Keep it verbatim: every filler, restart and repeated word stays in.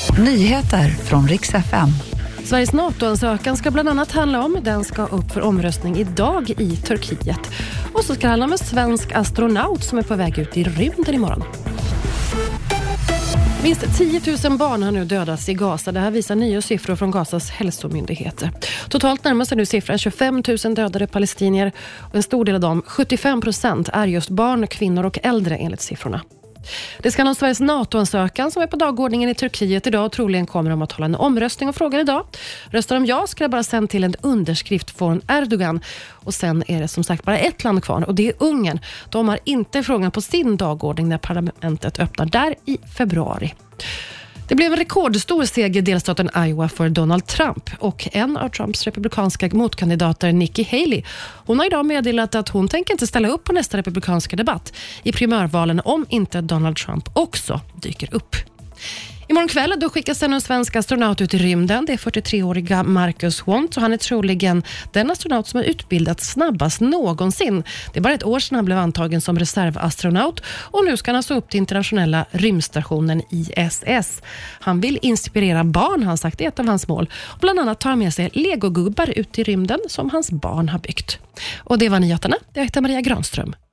Nyheter från Rix F M. Sveriges NATO-ansökan ska bland annat handla om, den ska upp för omröstning idag i Turkiet. Och så ska det handla om en svensk astronaut som är på väg ut i rymden imorgon. Minst tio tusen barn har nu dödats i Gaza. Det här visar nya siffror från Gazas hälsomyndigheter. Totalt närmar sig nu siffran tjugofem tusen dödade palestinier. Och en stor del av dem, sjuttiofem procent, är just barn, kvinnor och äldre enligt siffrorna. Det ska handla om Sveriges NATO-ansökan som är på dagordningen i Turkiet idag. Troligen kommer de att hålla en omröstning och frågar idag. Röstar de ja ska det bara sända till en underskrift från Erdogan. Och sen är det som sagt bara ett land kvar och det är Ungern. De har inte frågan på sin dagordning när parlamentet öppnar där i februari. Det blev en rekordstor seger i delstaten Iowa för Donald Trump och en av Trumps republikanska motkandidater, Nikki Haley. Hon har idag meddelat att hon tänker inte ställa upp på nästa republikanska debatt i primärvalen om inte Donald Trump också dyker upp. Imorgon kväll då skickas en svensk astronaut ut i rymden. Det är fyrtiotre-åriga Marcus Hont och han är troligen den astronaut som har utbildats snabbast någonsin. Det är bara ett år sedan han blev antagen som reservastronaut och nu ska han alltså upp till internationella rymdstationen I S S. Han vill inspirera barn, han sagt, det är ett av hans mål. Och bland annat tar han med sig legogubbar ut i rymden som hans barn har byggt. Och det var nyheterna. Jag heter Maria Granström.